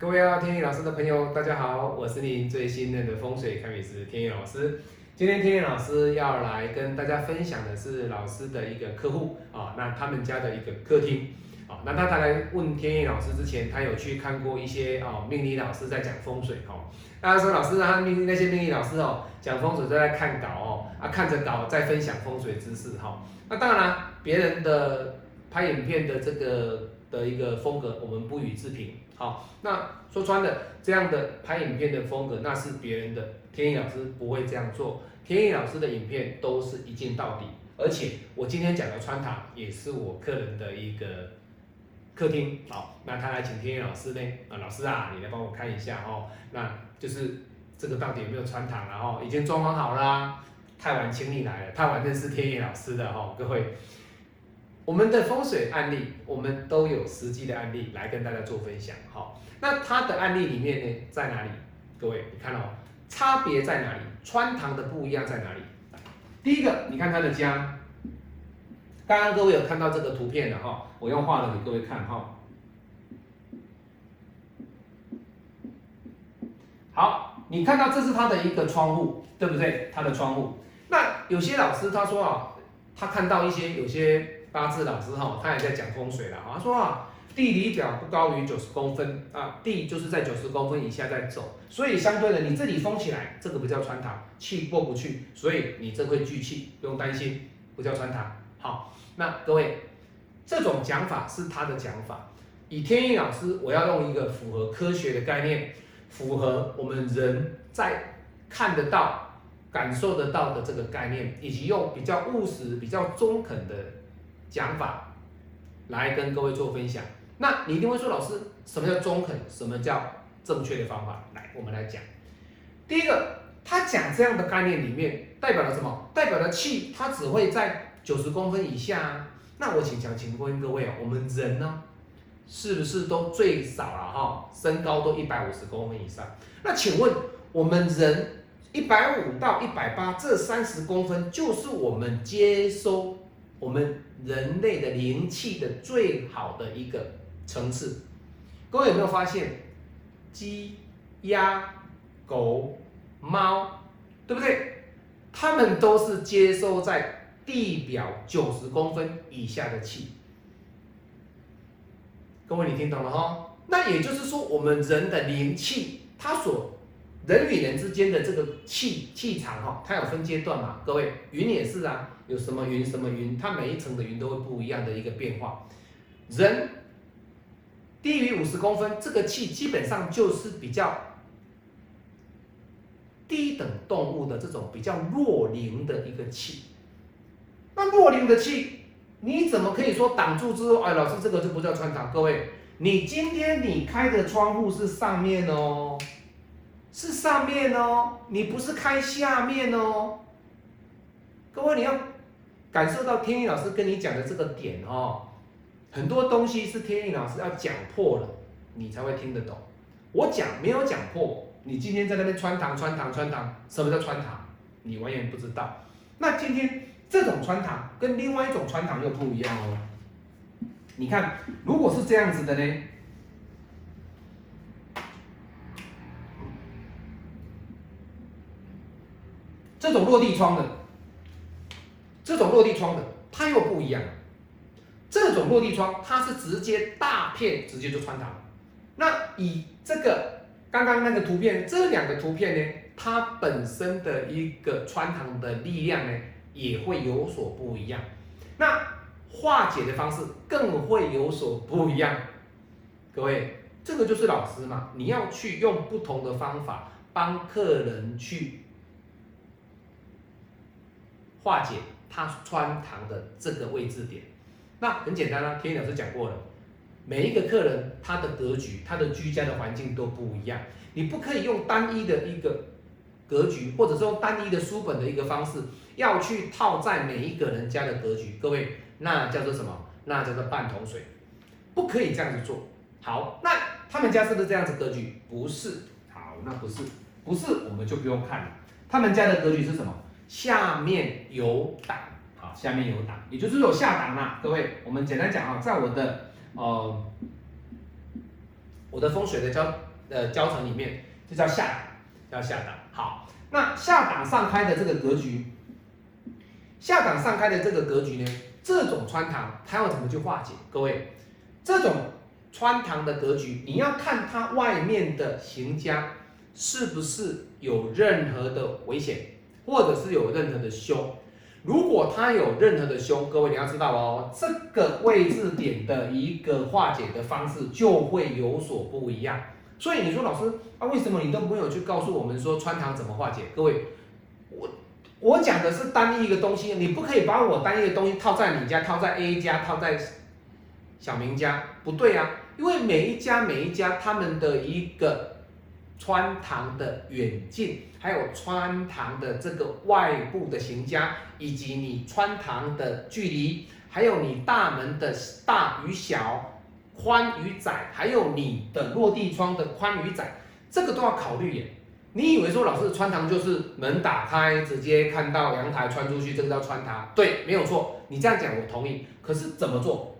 各位天意老师的朋友，大家好，我是您最信任的风水看运师天意老师。今天天意老师要来跟大家分享的是老师的一个客户啊，那他们家的一个客厅啊，那他来问天意老师之前，他有去看过一些命理老师在讲风水哦。大家说老师他那些命理老师讲风水都在看稿看着稿在分享风水知识那当然别人的拍影片的这个的一个风格，我们不予置评。好，那说穿了，这样的拍影片的风格，那是别人的，天意老师不会这样做。天意老师的影片都是一镜到底，而且我今天讲的穿堂也是我客人的一个客厅。好，那他来请天意老师呢，老师啊，你来帮我看一下那就是这个到底有没有穿堂了已经装潢好啦，太晚请你来了，太晚认识天意老师的各位。我们的风水案例，我们都有实际的案例来跟大家做分享。那他的案例里面呢，在哪里？各位，你看差别在哪里？穿堂的不一样在哪里？第一个，你看他的家，刚刚各位有看到这个图片了我用画的给各位看好，你看到这是他的一个窗户，对不对？他的窗户。那有些老师他说他看到有些八字老师他也在讲风水了他说地理表不高于90公分地就是在90公分以下在走，所以相对的你这里封起来，这个不叫穿堂，气过不去，所以你这会聚气，不用担心，不叫穿堂。好，那各位这种讲法是他的讲法，以天意老师我要用一个符合科学的概念，符合我们人在看得到感受得到的这个概念，以及用比较务实比较中肯的讲法来跟各位做分享。那你一定会说，老师，什么叫中肯？什么叫正确的方法？来，我们来讲。第一个，他讲这样的概念里面代表了什么？代表了气，它只会在90公分以下那我请问各位我们人呢，是不是都最少了身高都150公分以上？那请问我们人150到180这30公分，就是我们接收我们人类的灵气的最好的一个层次。各位有没有发现，鸡、鸭、狗、猫，对不对？它们都是接收在地表90公分以下的气。各位你听懂了那也就是说，我们人的灵气，人与人之间的这个气场它有分阶段嘛？各位，云也是有什么云什么云，它每一层的云都会不一样的一个变化。人低于50公分，这个气基本上就是比较低等动物的这种比较弱灵的一个气。那弱灵的气，你怎么可以说挡住之后，老师这个就不叫穿堂？各位，你今天你开的窗户是上面是上面你不是开下面各位，你要感受到天意老师跟你讲的这个点很多东西是天意老师要讲破了，你才会听得懂。我讲没有讲破，你今天在那边穿堂，什么叫穿堂？你完全不知道。那今天这种穿堂跟另外一种穿堂又不一样你看，如果是这样子的呢？这种落地窗的，它又不一样。这种落地窗，它是直接大片直接就穿堂。那以这个刚刚那个图片，这两个图片呢，它本身的一个穿堂的力量呢，也会有所不一样。那化解的方式更会有所不一样。各位，这个就是老师嘛，你要去用不同的方法帮客人去化解他穿堂的这个位置点。那很简单天意老师讲过了，每一个客人他的格局、他的居家的环境都不一样，你不可以用单一的一个格局，或者是用单一的书本的一个方式，要去套在每一个人家的格局。各位，那叫做什么？那叫做半桶水，不可以这样子做。好，那他们家是不是这样子格局？不是。好，那不是，我们就不用看了。他们家的格局是什么？下面有档，下面有档，也就是有下档啦。各位，我们简单讲在我的风水的教程里面，就叫下档，叫下档。好，那下档上开的这个格局，下档上开的这个格局呢，这种穿堂它要怎么去化解？各位，这种穿堂的格局，你要看它外面的行家是不是有任何的危险，或者是有任何的凶。如果它有任何的凶，各位你要知道哦，这个位置点的一个化解的方式就会有所不一样。所以你说老师啊，为什么你都没有去告诉我们说穿堂怎么化解？各位，我讲的是单一一个东西，你不可以把我单一的东西套在你家，套在 A 家，套在小明家，不对啊，因为每一家他们的一个穿堂的远近，还有穿堂的这个外部的行家，以及你穿堂的距离，还有你大门的大与小、宽与窄，还有你的落地窗的宽与窄，这个都要考虑耶。你以为说老师穿堂就是门打开直接看到阳台穿出去，这个叫穿堂？对，没有错，你这样讲我同意。可是怎么做？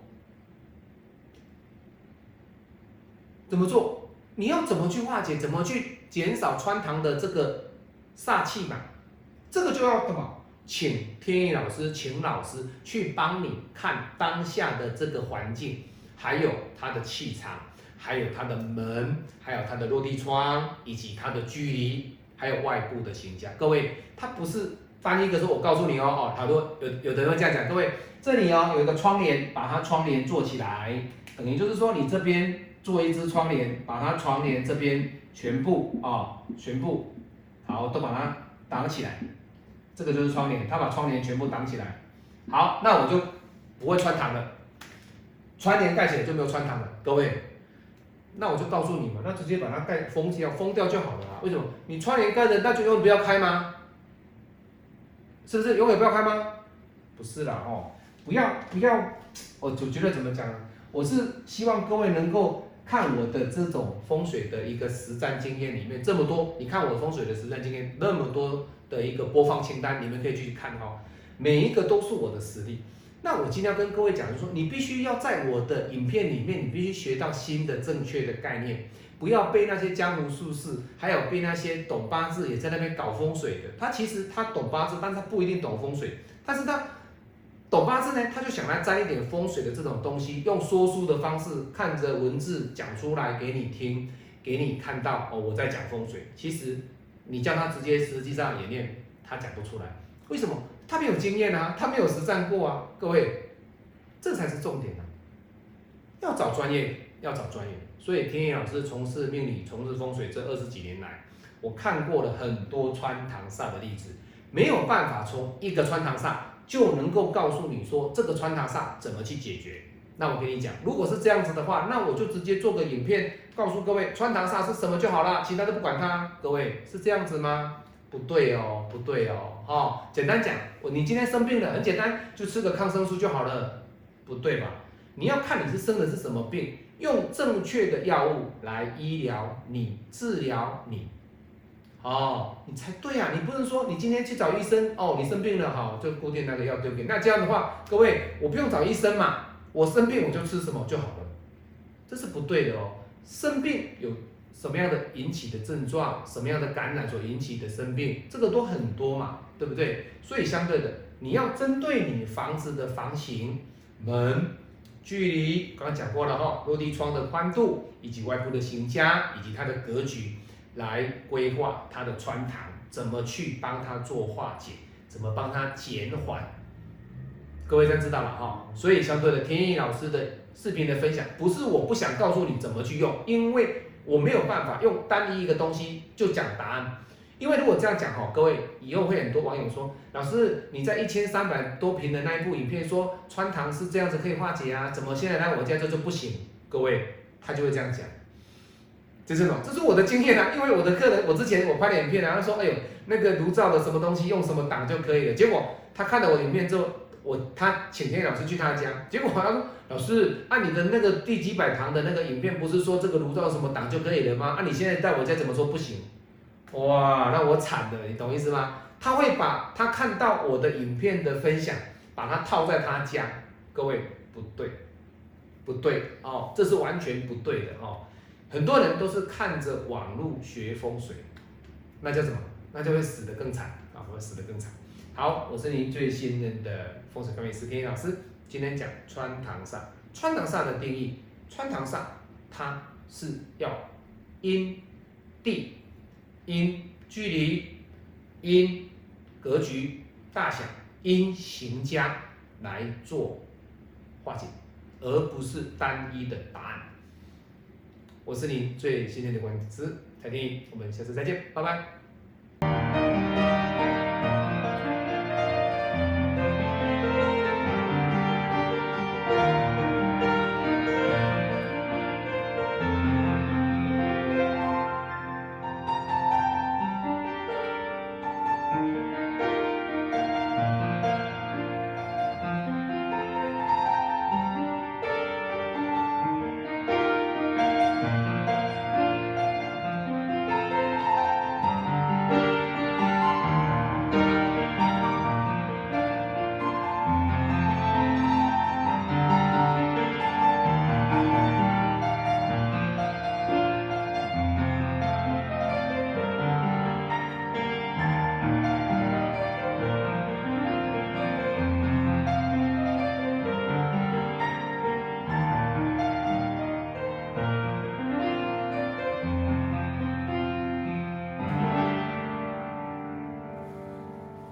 怎么做？你要怎么去化解？怎么去减少穿堂的这个煞气嘛？这个就要什么？请天意老师，请老师去帮你看当下的这个环境，还有它的气场，还有它的门，还有它的落地窗，以及它的距离，还有外部的行家。各位，它不是翻一个说，我告诉你哦，好多有的人会这样讲。各位，这里哦有一个窗帘，把它窗帘做起来，等于就是说你这边做一只窗帘，把它窗帘这边全部好都把它挡起来。这个就是窗帘，它把窗帘全部挡起来。好，那我就不会穿堂了，窗帘盖起来就没有穿堂了。各位，那我就告诉你嘛，那直接把它封掉就好了啊。为什么？你窗帘盖着，那就永远不要开吗？是不是永远不要开吗？不是啦哦，不要，我就觉得怎么讲呢？我是希望各位能够看我的这种风水的一个实战经验里面这么多，你看我风水的实战经验那么多的一个播放清单，你们可以去看哦，每一个都是我的实力。那我今天要跟各位讲，就是说你必须要在我的影片里面，你必须学到新的正确的概念，不要被那些江湖术士，还有被那些懂八字也在那边搞风水的。他其实他懂八字，但是他不一定懂风水，但是他懂八字呢，他就想来沾一点风水的这种东西，用说书的方式，看着文字讲出来给你听，给你看到哦，我在讲风水。其实你叫他直接实际上演练，他讲不出来。为什么？他没有经验啊，他没有实战过啊。各位，这才是重点啊！要找专业，要找专业。所以天野老师从事命理、从事风水这20几年来，我看过了很多穿堂煞的例子，没有办法从一个穿堂煞就能够告诉你说这个穿堂煞怎么去解决。那我跟你讲，如果是这样子的话，那我就直接做个影片告诉各位穿堂煞是什么就好了，其他都不管它。各位是这样子吗？不对哦，不对哦，简单讲，你今天生病了，很简单，就吃个抗生素就好了，不对吧？你要看你是生的是什么病，用正确的药物来医疗你、治疗你，你才对啊！你不能说你今天去找医生，你生病了，好，就固定那个药对不对？那这样的话，各位，我不用找医生嘛，我生病我就吃什么就好了，这是不对的哦。生病有什么样的引起的症状，什么样的感染所引起的生病，这个都很多嘛，对不对？所以相对的，你要针对你房子的房型、门、距离，刚刚讲过了落地窗的宽度，以及外部的行家，以及它的格局，来规划它的穿堂，怎么去帮它做化解，怎么帮它减缓。各位这样知道了所以相对的，天意老师的视频的分享，不是我不想告诉你怎么去用，因为我没有办法用单一一个东西就讲答案。因为如果这样讲各位以后会很多网友说，老师你在1300多平的那一部影片说穿堂是这样子可以化解啊，怎么现在来我家就不行？各位他就会这样讲，这是什么？这是我的经验啊，因为我的客人，我之前我拍的影片他说哎呦那个炉灶的什么东西用什么挡就可以了，结果他看了我影片之后。他请天意老师去他家，结果他说：“老师，按你的那个第几百堂的那个影片，不是说这个炉灶什么挡就可以了吗？你现在在我家怎么说不行？哇，那我惨了，你懂意思吗？他会把他看到我的影片的分享，把它套在他家，各位不对，不对这是完全不对的很多人都是看着网络学风水，那叫什么？那就会死得更惨啊，会死得更惨。好，我是您最信任的风水管理师天一老师，今天讲穿堂煞。穿堂煞的定义，穿堂煞它是要因地、因距离、因格局大小、因形家来做化解，而不是单一的答案。我是您最信任的管理师蔡天一，我们下次再见，拜拜。